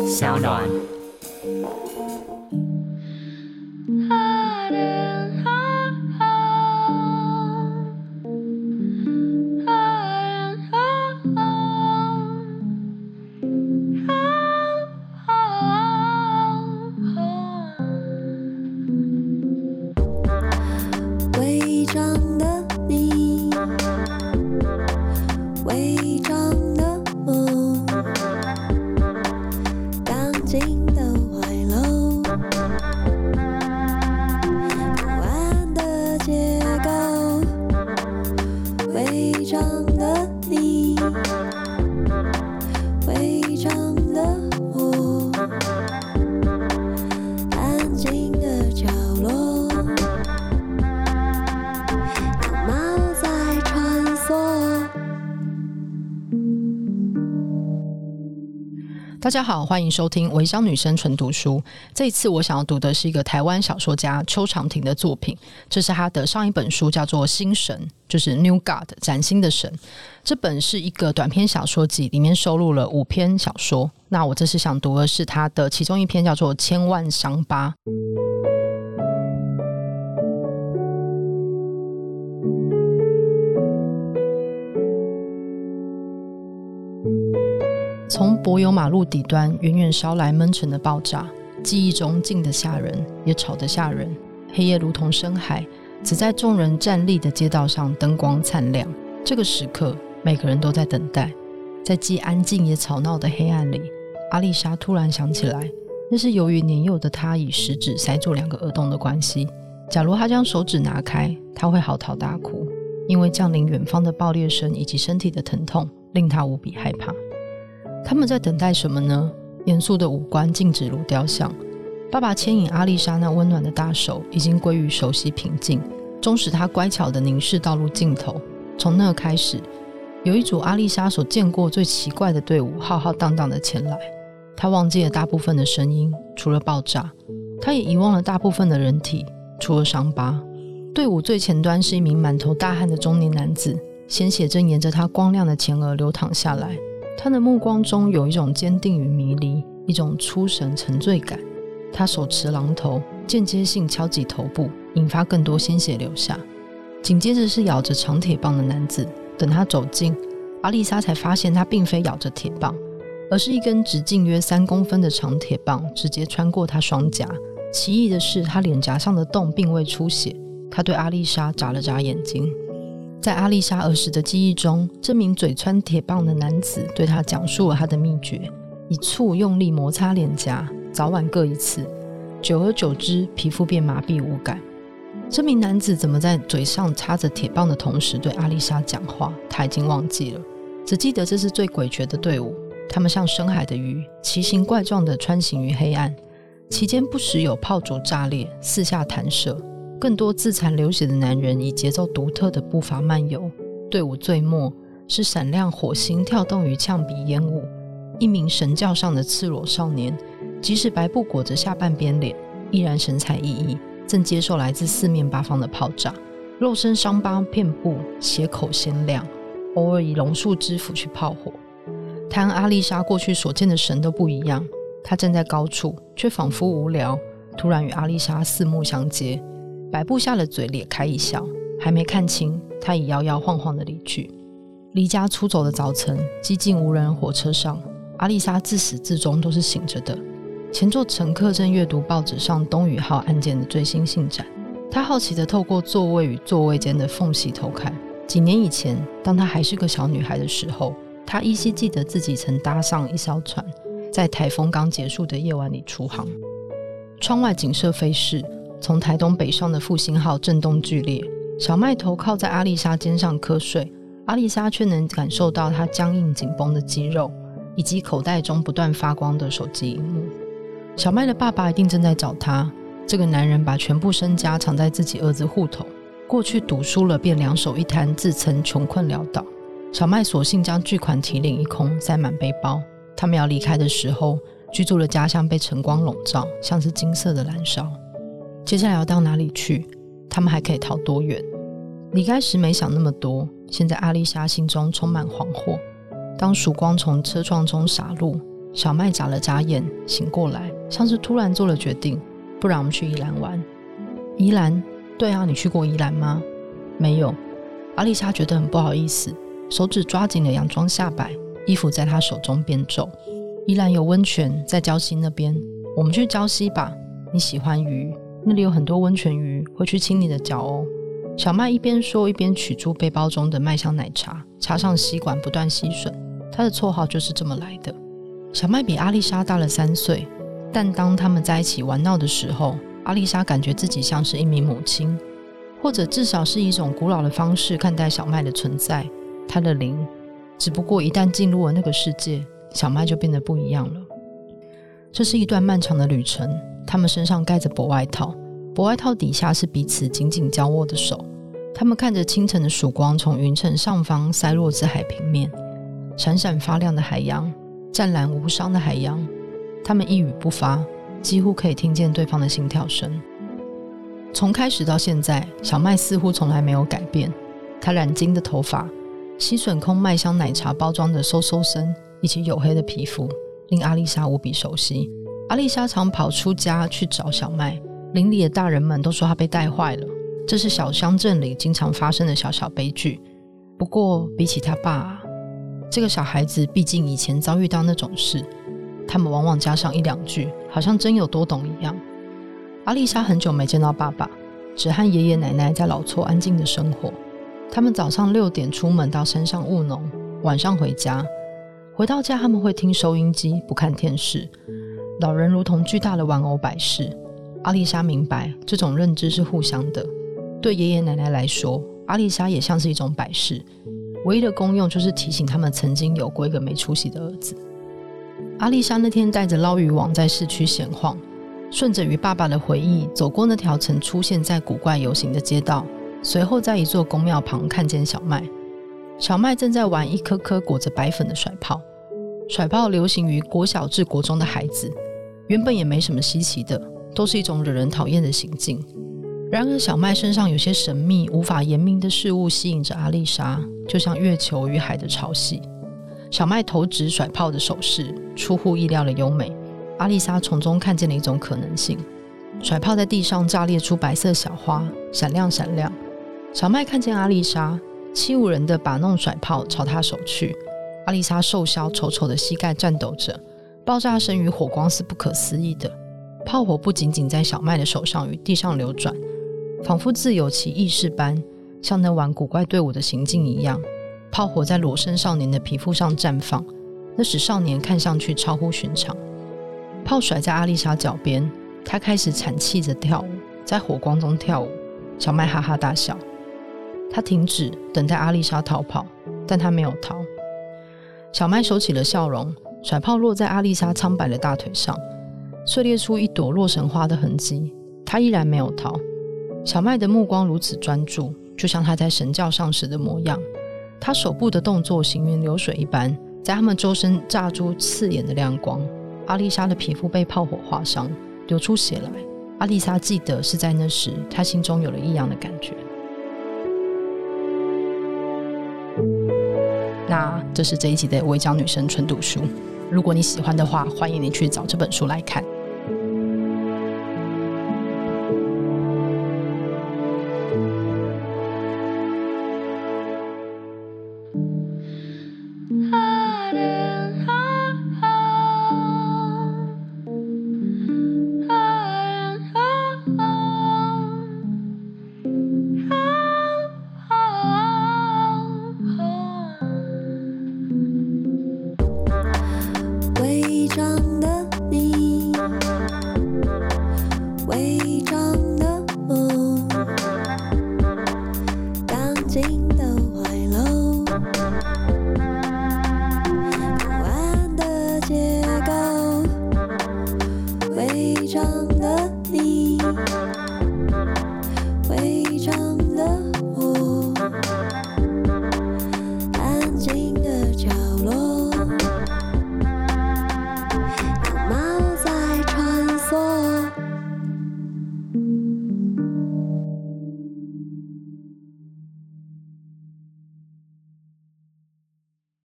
小暖。 伪装的你，伪装的我，钢筋的怀楼，不安的结构，伪装的你，伪装的我，安静的角落。 大家好，欢迎收听微商女生纯读书。这一次我想要读的是一个台湾小说家邱常婷的作品，这是他的上一本书，叫做新神，就是 New God 崭新的神。这本是一个短篇小说集，里面收录了5篇小说。那我这次想读的是他的其中一篇，叫做千万伤疤。从柏油马路底端远远烧来闷沉的爆炸，记忆中静得吓人，也吵得吓人。黑夜如同深海，只在众人站立的街道上灯光灿亮。这个时刻，每个人都在等待。在既安静也吵闹的黑暗里，阿丽莎突然想起来，那是由于年幼的她以食指塞住2个耳洞的关系。假如她将手指拿开，她会嚎啕大哭，因为降临远方的爆裂声以及身体的疼痛令她无比害怕。他们在等待什么呢？严肃的五官静止如雕像。爸爸牵引阿丽莎那温暖的大手已经归于熟悉平静，终使她乖巧地凝视道路尽头。从那开始，有一组阿丽莎所见过最奇怪的队伍浩浩荡荡地前来。她忘记了大部分的声音，除了爆炸；她也遗忘了大部分的人体，除了伤疤。队伍最前端是一名满头大汗的中年男子，鲜血正沿着他光亮的前额流淌下来。他的目光中有一种坚定与迷离，一种出神沉醉感。他手持榔头，间接性敲击头部，引发更多鲜血流下。紧接着是咬着长铁棒的男子，等他走近，阿丽莎才发现他并非咬着铁棒，而是一根直径约3公分的长铁棒直接穿过他双颊。奇异的是，他脸颊上的洞并未出血。他对阿丽莎眨了眨眼睛。在阿丽莎儿时的记忆中，这名嘴穿铁棒的男子对她讲述了他的秘诀：以醋用力摩擦脸颊，早晚各1次，久而久之，皮肤便麻痹无感。这名男子怎么在嘴上插着铁棒的同时对阿丽莎讲话，他已经忘记了，只记得这是最诡谲的队伍。他们像深海的鱼，奇形怪状地穿行于黑暗，期间不时有炮竹炸裂，四下弹射。更多自残流血的男人以节奏独特的步伐漫游。队伍最末是闪亮火星跳动于呛鼻烟雾，一名神教上的赤裸少年，即使白布裹着下半边脸，依然神采奕奕，正接受来自四面八方的炮炸，肉身伤疤遍布，血口鲜亮，偶尔以榕树枝斧去炮火。他和阿丽莎过去所见的神都不一样，他站在高处，却仿佛无聊，突然与阿丽莎四目相接，摆布下了嘴咧开一笑，还没看清，他已摇摇晃晃地离去。离家出走的早晨，寂静无人火车上，阿丽莎自始至终都是醒着的。前座乘客正阅读报纸上东宇号案件的最新进展，他好奇地透过座位与座位间的缝隙偷看。几年以前，当她还是个小女孩的时候，她依稀记得自己曾搭上一艘船，在台风刚结束的夜晚里出航。窗外景色飞逝，从台东北上的复兴号震动剧烈，小麦头靠在阿丽莎肩上瞌睡，阿丽莎却能感受到她僵硬紧绷的肌肉，以及口袋中不断发光的手机萤幕。小麦的爸爸一定正在找他，这个男人把全部身家藏在自己儿子户头，过去赌输了便两手一摊，自称穷困潦倒。小麦索性将巨款提领一空，塞满背包。他们要离开的时候，居住的家乡被晨光笼罩，像是金色的燃烧。接下来要到哪里去？他们还可以逃多远？离开时没想那么多，现在阿丽莎心中充满惶惑。当曙光从车窗中洒入， 小麦眨了眨眼，醒过来，像是突然做了决定，不然我们去宜兰玩。宜兰？对啊，你去过宜兰吗？没有。阿丽莎觉得很不好意思，手指抓紧了洋装下摆，衣服在她手中变皱。宜兰有温泉，在礁溪那边，我们去礁溪吧。你喜欢鱼，那里有很多温泉鱼，会去亲你的脚哦。小麦一边说一边取出背包中的麦香奶茶，插上吸管不断吸吮。他的绰号就是这么来的。小麦比阿丽莎大了3岁，但当他们在一起玩闹的时候，阿丽莎感觉自己像是一名母亲，或者至少是一种古老的方式看待小麦的存在，他的灵。只不过一旦进入了那个世界，小麦就变得不一样了。这是一段漫长的旅程，他们身上盖着薄外套，薄外套底下是彼此紧紧交握的手。他们看着清晨的曙光从云层上方塞落至海平面，闪闪发亮的海洋，湛蓝无伤的海洋。他们一语不发，几乎可以听见对方的心跳声。从开始到现在，小麦似乎从来没有改变。他染金的头发，吸吮空麦香奶茶包装的嗖嗖声，以及黝黑的皮肤，令阿丽莎无比熟悉。阿丽莎常跑出家去找小麦，邻里的大人们都说他被带坏了，这是小乡镇里经常发生的小小悲剧。不过比起他爸，这个小孩子毕竟以前遭遇到那种事，他们往往加上1、2句，好像真有多懂一样。阿丽莎很久没见到爸爸，只和爷爷奶奶在老厝安静的生活。他们早上6点出门到山上务农，晚上回家。回到家他们会听收音机，不看电视。老人如同巨大的玩偶摆饰。阿丽莎明白这种认知是互相的。对爷爷奶奶来说，阿丽莎也像是一种摆饰，唯一的功用就是提醒他们曾经有过一个没出息的儿子。阿丽莎那天带着捞鱼网在市区闲晃，顺着与爸爸的回忆走过那条曾出现在古怪游行的街道，随后在一座公庙旁看见小麦。小麦正在玩一颗颗裹着白粉的甩炮。甩炮流行于国小至国中的孩子，原本也没什么稀奇的，都是一种惹人讨厌的行径。然而小麦身上有些神秘无法言明的事物吸引着阿丽莎，就像月球与海的潮汐。小麦投掷甩炮的手势出乎意料的优美，阿丽莎从中看见了一种可能性。甩炮在地上炸裂出白色小花，闪亮闪亮。小麦看见阿丽莎欺侮人的把弄甩炮朝她手去。阿丽莎瘦小丑丑的膝盖颤抖着，爆炸声与火光是不可思议的。炮火不仅仅在小麦的手上与地上流转，仿佛自有其意识般，像那玩古怪队伍的行径一样。炮火在裸身少年的皮肤上绽放，那使少年看上去超乎寻常。炮甩在阿丽莎脚边，她开始惨泣着跳舞，在火光中跳舞。小麦哈哈大笑。他停止等待阿丽莎逃跑，但他没有逃。小麦收起了笑容，甩炮落在阿丽莎苍白的大腿上，碎裂出一朵洛神花的痕迹。他依然没有逃。小麦的目光如此专注，就像他在神教上时的模样。他手部的动作行云流水一般，在他们周身炸出刺眼的亮光。阿丽莎的皮肤被炮火划伤，流出血来。阿丽莎记得是在那时，她心中有了异样的感觉。那这是这一集的违章女生纯读书，如果你喜欢的话，欢迎你去找这本书来看。 伪装的你，伪装的梦，钢筋的怀楼，不安的结构，伪装。